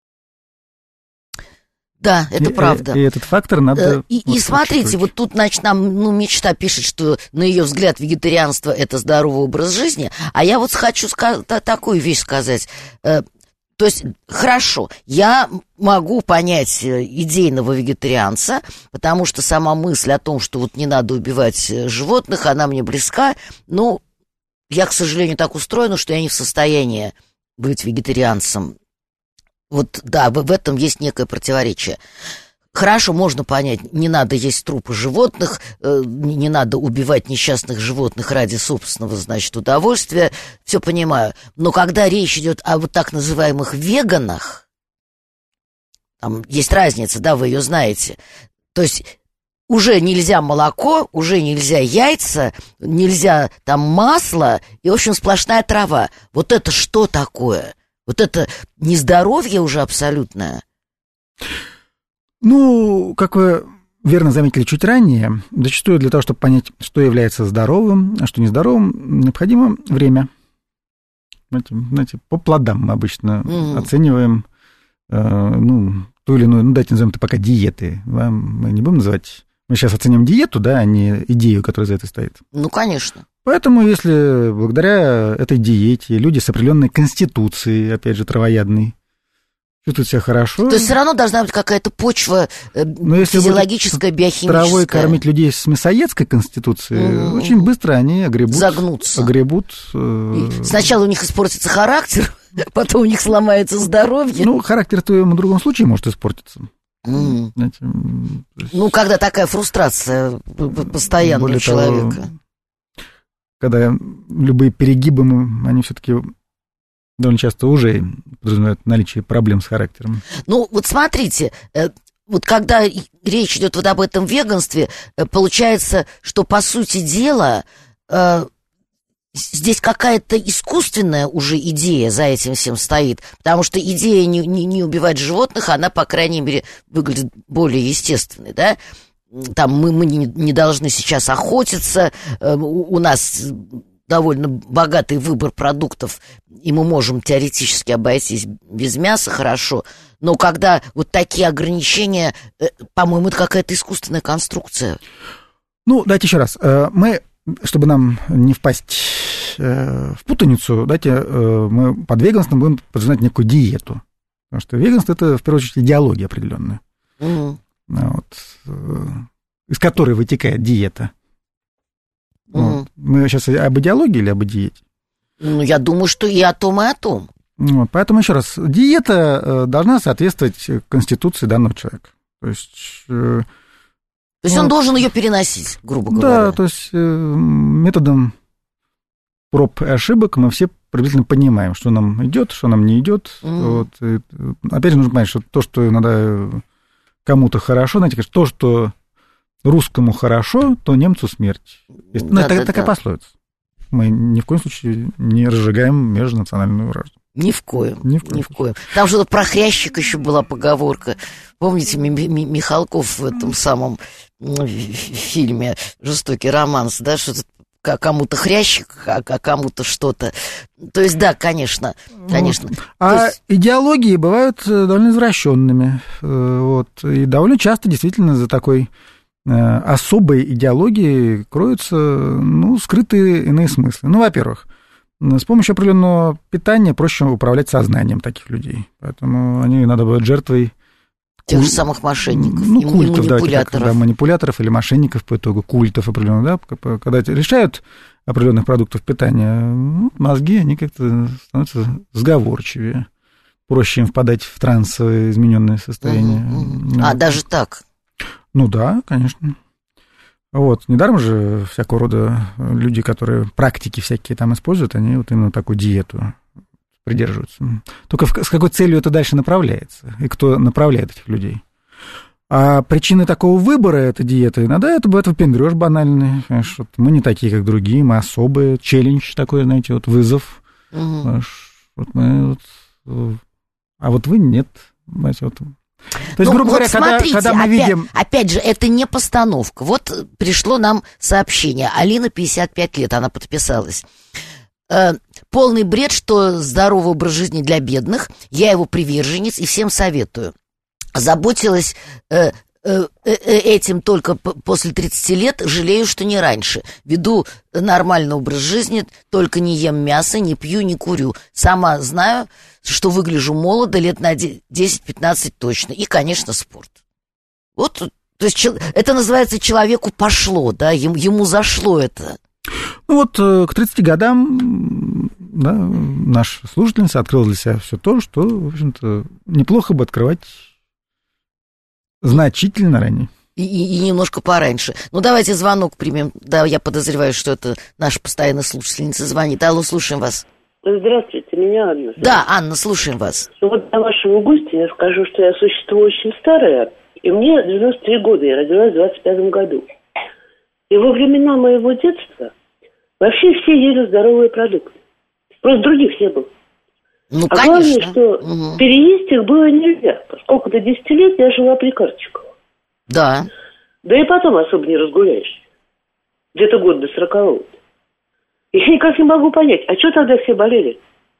Да, это и, правда. И, и этот фактор надо... И, вот и смотрите, вот тут, значит, нам ну, Мечта пишет, что, на ее взгляд, вегетарианство – это здоровый образ жизни, а я вот хочу ска- такую вещь сказать. То есть, хорошо, я могу понять идейного вегетарианца, потому что сама мысль о том, что вот не надо убивать животных, она мне близка, но я, к сожалению, так устроена, что я не в состоянии быть вегетарианцем. Вот, да, в этом есть некое противоречие. Хорошо, можно понять, не надо есть трупы животных, не надо убивать несчастных животных ради собственного, значит, удовольствия, все понимаю. Но когда речь идет о вот так называемых веганах, там есть разница, да, вы ее знаете. То есть уже нельзя молоко, уже нельзя яйца, нельзя там масло, и, в общем, сплошная трава. Вот это что такое? Вот это нездоровье уже абсолютное? Ну, как вы верно заметили чуть ранее, зачастую для того, чтобы понять, что является здоровым, а что нездоровым, необходимо время. Знаете, по плодам мы обычно mm. оцениваем, э, ну, ту или иную, ну, давайте назовем это пока диеты. Мы не будем называть... Мы сейчас оценим диету, да, а не идею, которая за это стоит. Ну, конечно. Поэтому, если благодаря этой диете люди с определенной конституцией, опять же, травоядной, чувствуют себя хорошо. То есть все равно должна быть какая-то почва физиологическая, биохимическая. Травой кормить людей с мясоедской конституцией, mm-hmm. очень быстро они огребут. Загнутся. Огребут. Сначала у них испортится характер, потом у них сломается здоровье. Ну, характер-то в любом другом случае может испортиться. Mm. Знаете, есть... Ну, когда такая фрустрация постоянная у человека. Того, когда любые перегибы, они все-таки довольно часто уже подразумевают наличие проблем с характером. Ну, вот смотрите, вот когда речь идет вот об этом веганстве, получается, что, по сути дела, здесь какая-то искусственная уже идея за этим всем стоит, потому что идея не, не, не убивать животных, она, по крайней мере, выглядит более естественной, да? Там мы, мы не, не должны сейчас охотиться, у, у нас довольно богатый выбор продуктов, и мы можем теоретически обойтись без мяса, хорошо, но когда вот такие ограничения, по-моему, это какая-то искусственная конструкция. Ну, давайте еще раз. Мы, чтобы нам не впасть в путаницу, давайте мы под веганством будем подразумевать некую диету. Потому что веганство – это, в первую очередь, идеология определенная, угу. вот, из которой вытекает диета. Угу. Вот. Мы сейчас об идеологии или об диете? Ну, я думаю, что и о том, и о том. Вот, поэтому, еще раз, диета должна соответствовать конституции данного человека. То есть... То есть, ну, он должен ее переносить, грубо говоря. Да, то есть методом проб и ошибок мы все приблизительно понимаем, что нам идет, что нам не идет. Mm. Вот. И, опять же, нужно понять, что то, что иногда кому-то хорошо, знаете, то, что русскому хорошо, то немцу смерть. Есть, ну, да, это да, такая да. пословица. Мы ни в коем случае не разжигаем межнациональную вражду. Ни в коем, ни в коем. Ни в коем. Там что-то про хрящик еще была поговорка. Помните, Михалков в этом самом фильме «Жестокий романс», да, что-то кому-то хрящик, а кому-то что-то. То есть, да, конечно, конечно. Вот. А есть... идеологии бывают довольно извращенными. Вот. И довольно часто действительно за такой особой идеологией кроются, ну, скрытые иные смыслы. Ну, во-первых, с помощью определенного питания проще управлять сознанием таких людей. Поэтому они надо быть жертвой тех же самых мошенников, ну, культов, манипуляторов. Да, да, манипуляторов или мошенников по итогу, культов определенных, да, когда решают определенных продуктов питания, ну, мозги, они как-то становятся сговорчивее, проще им впадать в трансовое измененное состояние. Uh-huh, uh-huh. А, даже так? Ну да, конечно. Вот, недаром же всякого рода люди, которые практики всякие там используют, они вот именно такую диету придерживаются. Только с какой целью это дальше направляется, и кто направляет этих людей. А причины такого выбора этой диеты, иногда это бывает выпендрёж банальный. Конечно, вот мы не такие, как другие, мы особые. Челлендж такой, знаете, вот вызов. Угу. Вот мы вот, а вот вы нет. Знаете, вот. То есть, ну, грубо вот говоря, смотрите, когда, когда мы опять, видим... Опять же, это не постановка. Вот пришло нам сообщение. Алина, пятьдесят пять лет, она подписалась. Э, полный бред, что здоровый образ жизни для бедных. Я его приверженец и всем советую. Заботилась э, э, э, этим только после тридцати лет, жалею, что не раньше. Веду нормальный образ жизни, только не ем мясо, не пью, не курю. Сама знаю, что выгляжу молодо, лет на десять-пятнадцать точно. И, конечно, спорт. Вот, то есть это называется «человеку пошло», да, ему, ему зашло это. Ну вот к тридцати годам, да, наша слушательница открыла для себя все то, что, в общем-то, неплохо бы открывать значительно ранее. И, и, и немножко пораньше. Ну, давайте звонок примем. Да, я подозреваю, что это наша постоянная слушательница звонит. Алло, слушаем вас. Здравствуйте, меня Анна. Да, Анна, слушаем вас. Вот для вашего гостя я скажу, что я существо очень старое, и мне девяносто три года, я родилась в двадцать пятом году. И во времена моего детства вообще все ели здоровые продукты. Просто других не было. Ну, а конечно. главное, что угу. переесть их было нельзя, поскольку до десяти лет я жила при Карчиково. Да. Да и потом особо не разгуляешься. Где-то год до сорокового. Я никак не могу понять, а что тогда все болели?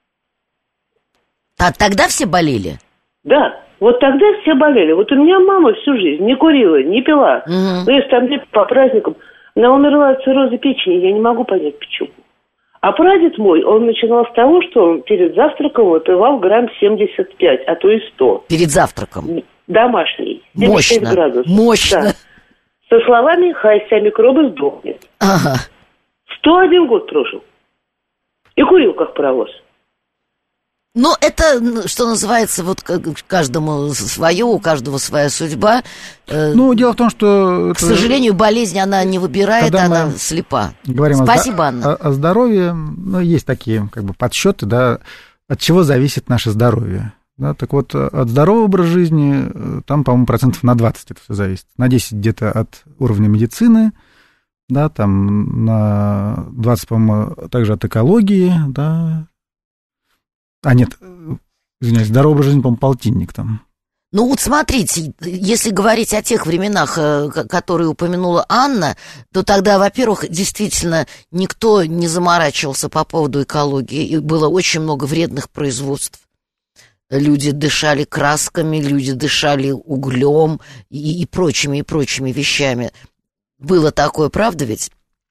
А тогда все болели? Да, вот тогда все болели. Вот у меня мама всю жизнь не курила, не пила. Угу. Ну, если там где-то по праздникам. Она умерла от цирроза печени, я не могу понять, почему. А прадед мой, он начинал с того, что он перед завтраком выпивал грамм семьдесят пять, а то и сто. Перед завтраком? Домашний. Мощно, градусов. мощно. Да. Со словами «хай, вся микробы сдохнет». Ага. сто один год прожил. И курил, как паровоз. Ну, это, что называется, вот каждому свое, у каждого своя судьба. Ну, дело в том, что... К сожалению, болезнь она не выбирает, она слепа. Говорим Спасибо, о, Анна. О, о здоровье, ну, есть такие, как бы, подсчеты, да, от чего зависит наше здоровье. Да, так вот, от здорового образа жизни, там, по-моему, процентов на двадцать это все зависит. На десять где-то от уровня медицины, да, там на двадцать, по-моему, также от экологии, да. А нет, извиняюсь, здоровый образ жизни, по-моему, полтинник там. Ну вот смотрите, если говорить о тех временах, которые упомянула Анна, то тогда, во-первых, действительно никто не заморачивался по поводу экологии, и было очень много вредных производств. Люди дышали красками, люди дышали углем и, и прочими, и прочими вещами. Было такое, правда ведь?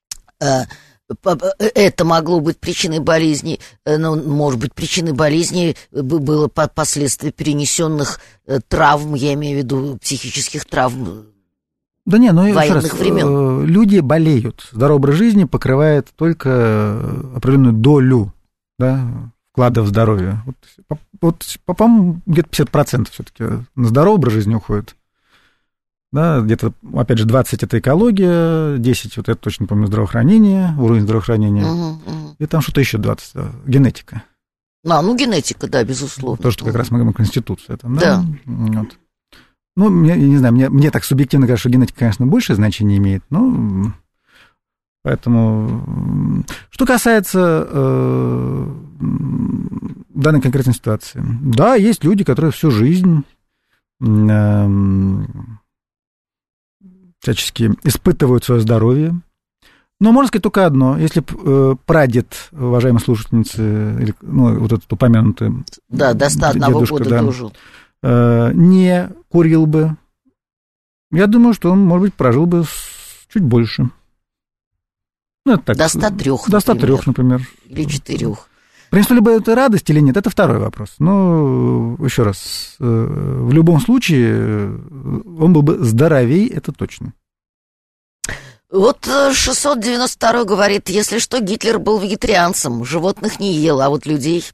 Это могло быть причиной болезни, ну, может быть, причиной болезни было последствие перенесенных травм, я имею в виду психических травм. Да не, ну военных раз, времен. Люди болеют. Здоровый образ жизни покрывает только определенную долю, да, вклада в здоровье. Вот, вот по-моему, где-то пятьдесят процентов все-таки на здоровый образ жизни уходит. Да, где-то, опять же, двадцать это экология, десять, вот это точно помню, здравоохранение, уровень здравоохранения. Угу, угу. И там что-то еще двадцать, генетика. А, ну генетика, да, безусловно. То, что как раз мы говорим Конституцию. Это, да. да. Вот. Ну, я не знаю, мне, мне так субъективно кажется, что генетика, конечно, большее значение имеет, но поэтому... Что касается э, данной конкретной ситуации. Да, есть люди, которые всю жизнь... Э, всячески испытывают свое здоровье. Но можно сказать только одно. Если бы э, прадед, уважаемые слушательницы, или, ну, вот этот упомянутый да, до ста одного дедушка, года да, дожил, э, не курил бы, я думаю, что он, может быть, прожил бы чуть больше. Ну, это так, до ста трёх, до ста трёх, например. Или четырёх. Принесло ли бы это радость или нет, это второй вопрос. Но, еще раз, в любом случае, он был бы здоровей, это точно. Вот шестьсот девяносто второй говорит, если что, Гитлер был вегетарианцем, животных не ел, а вот людей...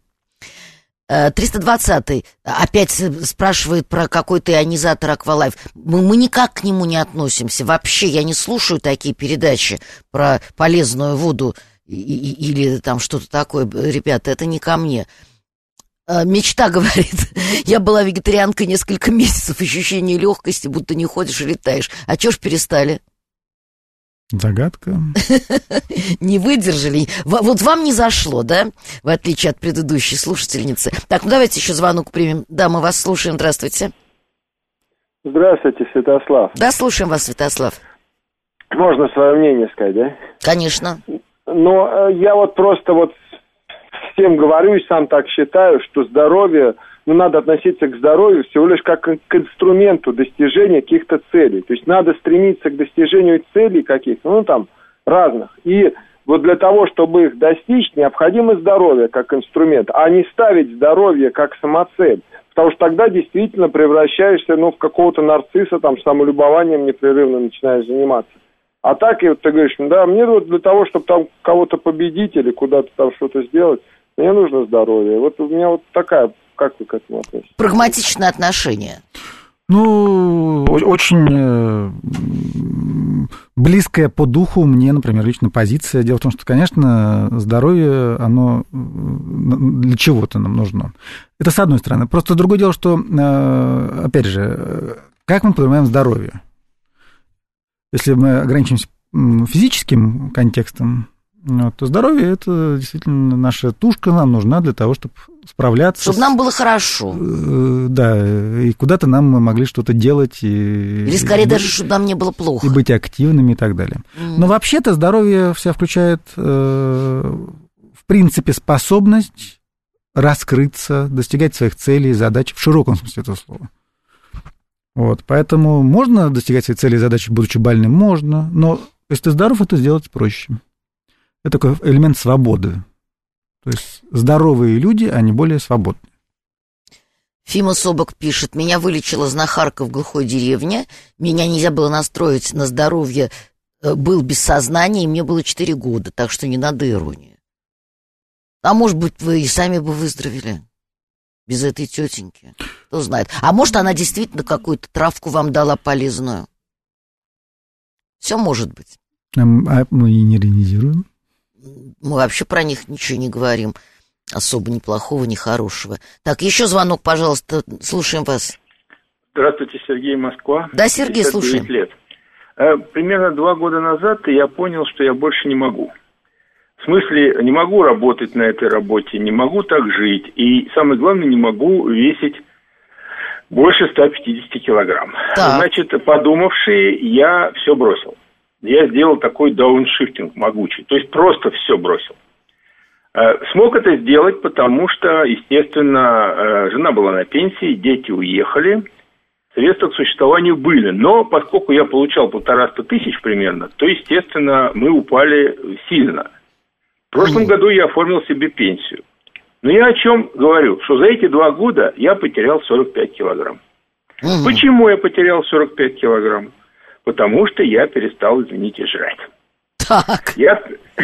триста двадцатый опять спрашивает про какой-то ионизатор Аквалайф. Мы, мы никак к нему не относимся. Вообще я не слушаю такие передачи про полезную воду или там что-то такое. Ребята, это не ко мне. Мечта говорит, я была вегетарианкой несколько месяцев, ощущение легкости, будто не ходишь и летаешь. А чё ж перестали? Загадка. Не выдержали. Вот вам не зашло, да? В отличие от предыдущей слушательницы. Так, ну давайте еще звонок примем. Да, мы вас слушаем. Здравствуйте. Здравствуйте, Святослав. Да, слушаем вас, Святослав. Можно свое мнение сказать, да? Конечно. Но я вот просто вот всем говорю и сам так считаю, что здоровье, ну, надо относиться к здоровью всего лишь как к инструменту достижения каких-то целей. То есть надо стремиться к достижению целей каких-то, ну, там, разных. И вот для того, чтобы их достичь, необходимо здоровье как инструмент, а не ставить здоровье как самоцель. Потому что тогда действительно превращаешься, ну, в какого-то нарцисса, там, самолюбованием непрерывно начинаешь заниматься. А так, и вот ты говоришь, да, мне вот для того, чтобы там кого-то победить или куда-то там что-то сделать, мне нужно здоровье. Вот у меня вот такая, как вы к этому относитесь? Прагматичное отношение. Ну, очень близкая по духу мне, например, лично позиция. Дело в том, что, конечно, здоровье, оно для чего-то нам нужно. Это с одной стороны. Просто другое дело, что, опять же, как мы понимаем здоровье? Если мы ограничимся физическим контекстом, то здоровье – это действительно наша тушка, нам нужна для того, чтобы справляться. Чтобы с... нам было хорошо. Да, и куда-то нам мы могли что-то делать. И... Или скорее и... даже, чтобы нам не было плохо. И быть активными и так далее. Mm. Но вообще-то здоровье вся включает, в принципе, способность раскрыться, достигать своих целей, задач в широком смысле этого слова. Вот, поэтому можно достигать своей цели и задачи, будучи больным, можно, но если ты здоров, это сделать проще. Это такой элемент свободы. То есть здоровые люди, они более свободны. Фима Собок пишет, меня вылечила знахарка в глухой деревне, меня нельзя было настроить на здоровье, был без сознания, и мне было четыре года, так что не надо иронии. А может быть, вы и сами бы выздоровели? Без этой тетеньки. Кто знает. А может, она действительно какую-то травку вам дала полезную. Все может быть. А мы и не иронизируем. Мы вообще про них ничего не говорим. Особо ни плохого, ни хорошего. Так, еще звонок, пожалуйста, слушаем вас. Здравствуйте, Сергей, Москва. Да, Сергей, слушаем. лет. Примерно два года назад я понял, что я больше не могу. В смысле, не могу работать на этой работе, не могу так жить. И самое главное, не могу весить больше ста пятидесяти килограмм. Так. Значит, подумавши, я все бросил. Я сделал такой дауншифтинг могучий. То есть просто все бросил. Смог это сделать, потому что, естественно, жена была на пенсии, дети уехали. Средства к существованию были. Но поскольку я получал полтораста тысяч примерно, то, естественно, мы упали сильно. В прошлом mm. году я оформил себе пенсию. Но я о чем говорю? Что за эти два года я потерял сорок пять килограмм. Mm. Почему я потерял сорок пять килограмм? Потому что я перестал, извините, жрать. Так. Я,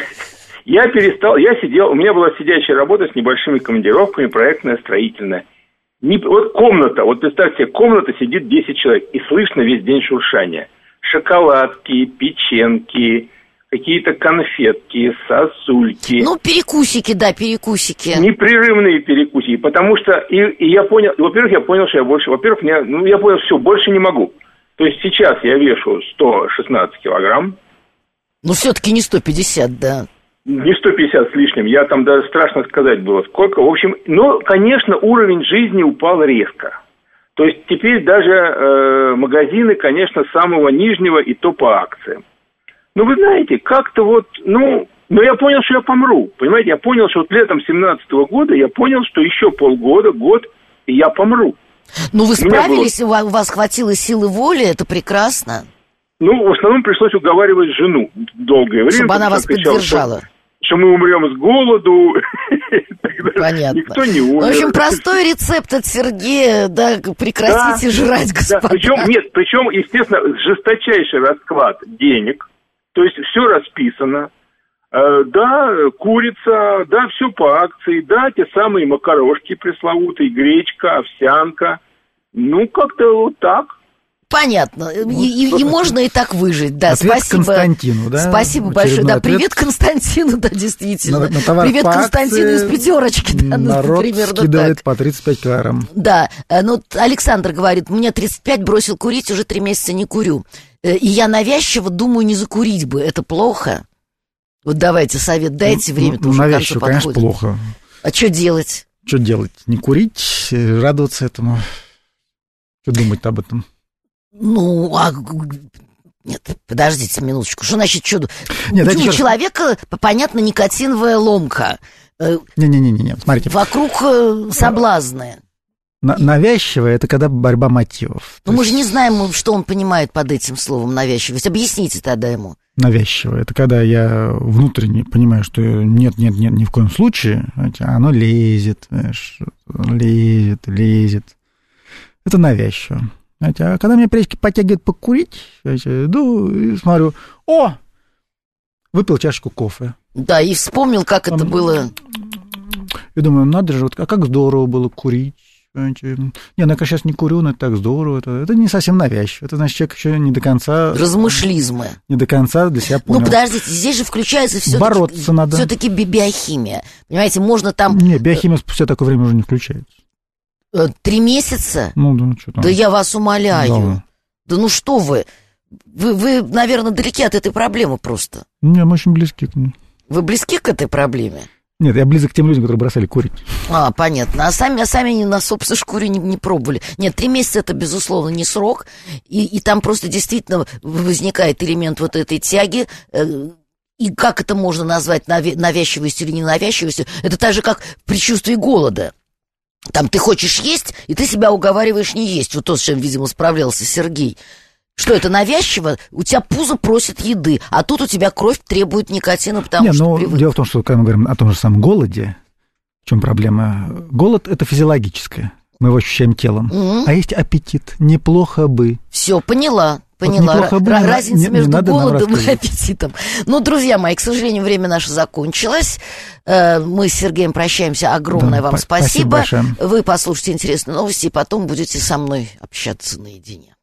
я перестал, я сидел, у меня была сидящая работа с небольшими командировками, проектная, строительная. Не, вот комната, вот представьте, комната сидит десять человек, и слышно весь день шуршание. Шоколадки, печеньки, какие-то конфетки, сосульки. Ну, перекусики, да, перекусики. Непрерывные перекусики, потому что, и, и я понял, во-первых, я понял, что я больше, во-первых, мне, ну, я понял, все, больше не могу. То есть сейчас я вешу сто шестнадцать килограмм. Ну, все-таки не сто пятьдесят, да. Не сто пятьдесят с лишним, я там даже страшно сказать было сколько. В общем, ну, конечно, уровень жизни упал резко. То есть теперь даже э, магазины, конечно, самого нижнего и то по акциям. Ну, вы знаете, как-то вот, ну, но я понял, что я помру. Понимаете, я понял, что вот летом семнадцатого года я понял, что еще полгода, год, и я помру. Ну, вы справились, было... у вас хватило силы воли, это прекрасно. Ну, в основном пришлось уговаривать жену долгое время. Чтобы она вас кричала, поддержала. Что, что мы умрем с голоду. Понятно. Никто не умер. В общем, простой рецепт от Сергея, да, прекратите да, жрать, господа. Да. Причем, нет, причем, естественно, жесточайший расклад денег, то есть все расписано. Э, да, курица, да, все по акции, да, те самые макарошки пресловутые, гречка, овсянка. Ну, как-то вот так. Понятно. Вот. И, и, и можно и так выжить. Да, ответ спасибо. Константину, да? Спасибо большое. Да, привет Константину, да, действительно. На, на привет Константину из пятерочки. Да, народ ну, скидывает так. по тридцать пять килограмм. Да, ну, Александр говорит, мне тридцать пять, бросил курить, уже три месяца не курю. И я навязчиво думаю, не закурить бы. Это плохо? Вот давайте совет дайте, время-то ну, уже навязчиво, к концу подходит. конечно, плохо. А что делать? Что делать? Не курить, радоваться этому. Что думать об этом? Ну, а... Нет, подождите минуточку. Что значит чудо? Нет, у человека, понятно, никотиновая ломка. Не-не-не, смотрите. Вокруг соблазны. На- навязчивое — это когда борьба мотивов. Ну, мы есть... же не знаем, что он понимает под этим словом навязчивость. Объясните тогда ему. Навязчивое — это когда я внутренне понимаю, что нет, нет, нет, ни в коем случае, а оно лезет, знаешь, лезет, лезет. Это навязчиво. Знаете, а когда меня прежде подтягивают покурить, знаете, иду и смотрю, о, выпил чашку кофе. Да, и вспомнил, как Там... это было. И думаю, надо же, вот, а как здорово было курить. Понимаете? Не, ну я сейчас не курю, но это так здорово. Это, это не совсем навязчиво. Это значит, человек еще не до конца... Размышлизмы. Не до конца для себя понял. Ну, подождите, здесь же включается все-таки... Бороться надо. Все-таки биохимия. Понимаете, можно там... Не, биохимия спустя такое время уже не включается. Три месяца? Ну, да, что там. Да я вас умоляю. Да, да ну что вы? Вы, вы, наверное, далеки от этой проблемы просто. Не, мы очень близки к ней. Вы близки к этой проблеме? Нет, я близок к тем людям, которые бросали курить. А, понятно. А сами, а сами не на собственной шкуре не, не пробовали. Нет, три месяца это, безусловно, не срок. И, и там просто действительно возникает элемент вот этой тяги. И как это можно назвать, навязчивостью или ненавязчивостью? Это так же, как при чувстве голода. Там ты хочешь есть, и ты себя уговариваешь не есть. Вот то, с чем, видимо, справлялся Сергей. Что это навязчиво? У тебя пузо просит еды, а тут у тебя кровь требует никотина, потому не, что ну, привык. Дело в том, что когда мы говорим о том же самом голоде, в чем проблема? Голод — это физиологическое. Мы его ощущаем телом. Mm-hmm. А есть аппетит. Неплохо бы. Все, поняла. Поняла. Вот Р- разница не, между не голодом и аппетитом. Ну, друзья мои, к сожалению, время наше закончилось. Мы с Сергеем прощаемся. Огромное да, вам спасибо. Спасибо большое. Вы послушайте интересные новости, и потом будете со мной общаться наедине.